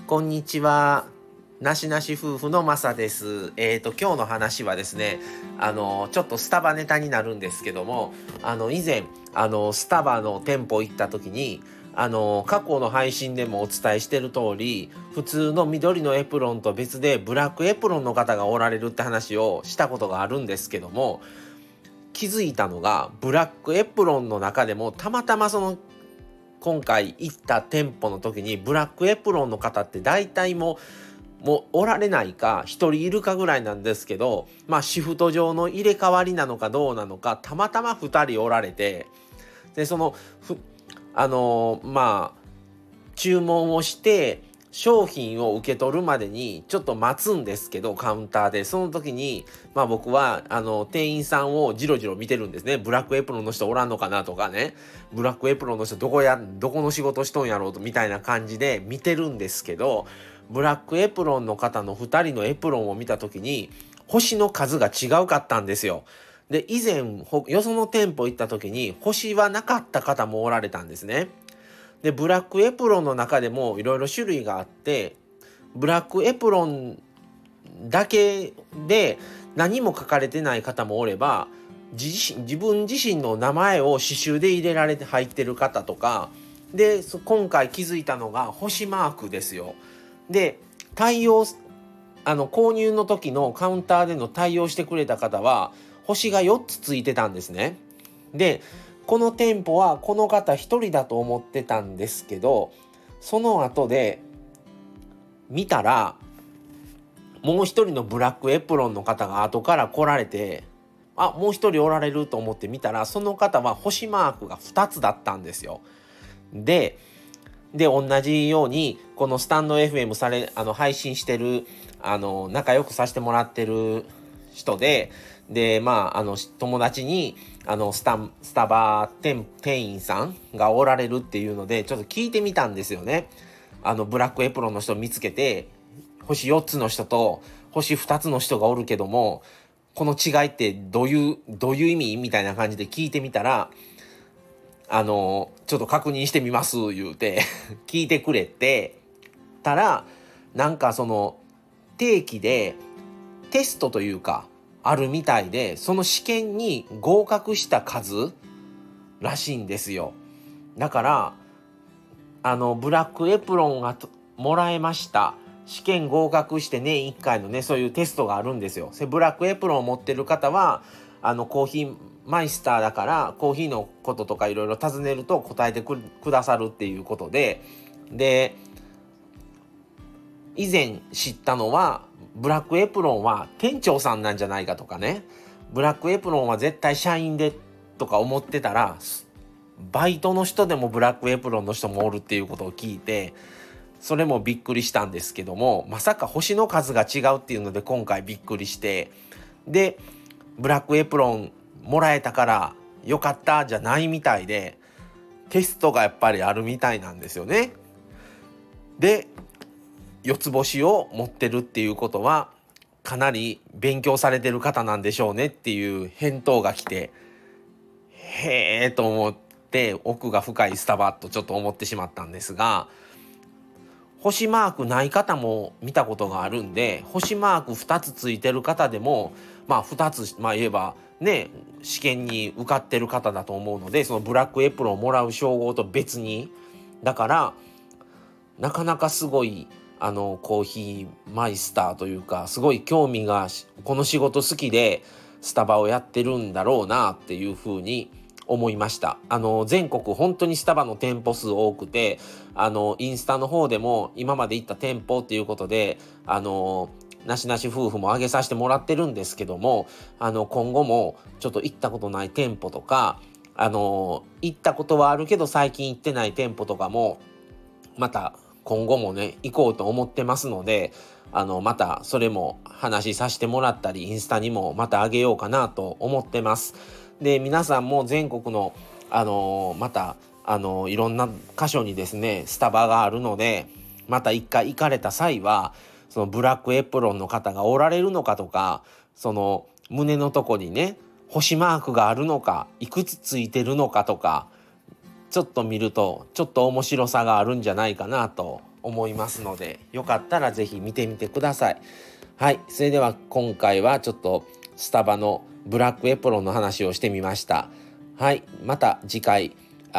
こんにちは。なしなし夫婦のまさです。今日の話はですね、ちょっとスタバネタになるんですけども、以前、スタバの店舗行った時に、過去の配信でもお伝えしてる通り、普通の緑のエプロンと別でブラックエプロンの方がおられるって話をしたことがあるんですけども、気づいたのが、ブラックエプロンの中でもたまたま今回行った店舗の時にブラックエプロンの方って大体もうおられないか一人いるかぐらいなんですけど、シフト上の入れ替わりなのかどうなのか、たまたま2人おられて、で注文をして商品を受け取るまでにちょっと待つんですけど、カウンターでその時に僕は店員さんをじろじろ見てるんですね。ブラックエプロンの人おらんのかなとかね、ブラックエプロンの人どこの仕事しとんやろうとみたいな感じで見てるんですけど、ブラックエプロンの方の2人のエプロンを見た時に星の数が違うかったんですよ。で、以前よその店舗行った時に星はなかった方もおられたんですね。で、ブラックエプロンの中でもいろいろ種類があって、ブラックエプロンだけで何も書かれてない方もおれば、自分自身の名前を刺繍で入れられて入ってる方とかで、今回気づいたのが星マークですよ。で、購入の時のカウンターでの対応してくれた方は星が4つついてたんですね。で、この店舗はこの方一人だと思ってたんですけど、その後で見たらもう一人のブラックエプロンの方が後から来られて、もう一人おられると思って見たら、その方は星マークが2つだったんですよ。で同じようにこのスタンド FM 配信してる仲良くさせてもらってる人で友達にスタバ店員さんがおられるっていうのでちょっと聞いてみたんですよね。ブラックエプロンの人を見つけて、星4つの人と星2つの人がおるけども、この違いってどういう意味みたいな感じで聞いてみたら、ちょっと確認してみます言うて聞いてくれてたら、定期でテストというかあるみたいで、その試験に合格した数らしいんですよ。だからブラックエプロンがもらえました、試験合格して年1回のね、そういうテストがあるんですよ。ブラックエプロンを持ってる方はコーヒーマイスターだから、コーヒーのこととかいろいろ尋ねると答えてくださるっていうことで、以前知ったのはブラックエプロンは店長さんなんじゃないかとかね、ブラックエプロンは絶対社員でとか思ってたら、バイトの人でもブラックエプロンの人もおるっていうことを聞いて、それもびっくりしたんですけども、まさか星の数が違うっていうので今回びっくりして、でブラックエプロンもらえたからよかったじゃないみたいで、テストがやっぱりあるみたいなんですよね。で、4つ星を持ってるっていうことはかなり勉強されてる方なんでしょうねっていう返答が来て、へーと思って奥が深いスタバとちょっと思ってしまったんですが、星マークない方も見たことがあるんで、星マーク2つついてる方でも2つ言えばね、試験に受かってる方だと思うので、そのブラックエプロンをもらう称号と別に、だからなかなかすごいコーヒーマイスターというか、すごい興味が、この仕事好きでスタバをやってるんだろうなっていうふうに思いました。全国本当にスタバの店舗数多くて、インスタの方でも今まで行った店舗っていうことでなしなし夫婦も上げさせてもらってるんですけども、今後もちょっと行ったことない店舗とか、行ったことはあるけど最近行ってない店舗とかもまた今後もね行こうと思ってますので、またそれも話させてもらったり、インスタにもまた上げようかなと思ってます。で、皆さんも全国のまたいろんな箇所にですねスタバがあるので、また一回行かれた際はそのブラックエプロンの方がおられるのかとか、その胸のとこにね星マークがあるのか、いくつついてるのかとか、ちょっと見るとちょっと面白さがあるんじゃないかなと思いますので、よかったらぜひ見てみてください。はい、それでは今回はちょっとスタバのブラックエプロンの話をしてみました。はい、また次回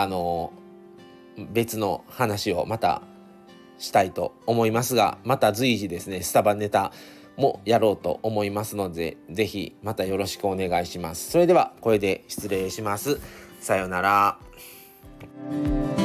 別の話をまたしたいと思いますが、また随時ですねスタバネタもやろうと思いますので、ぜひまたよろしくお願いします。それではこれで失礼します。さようなら。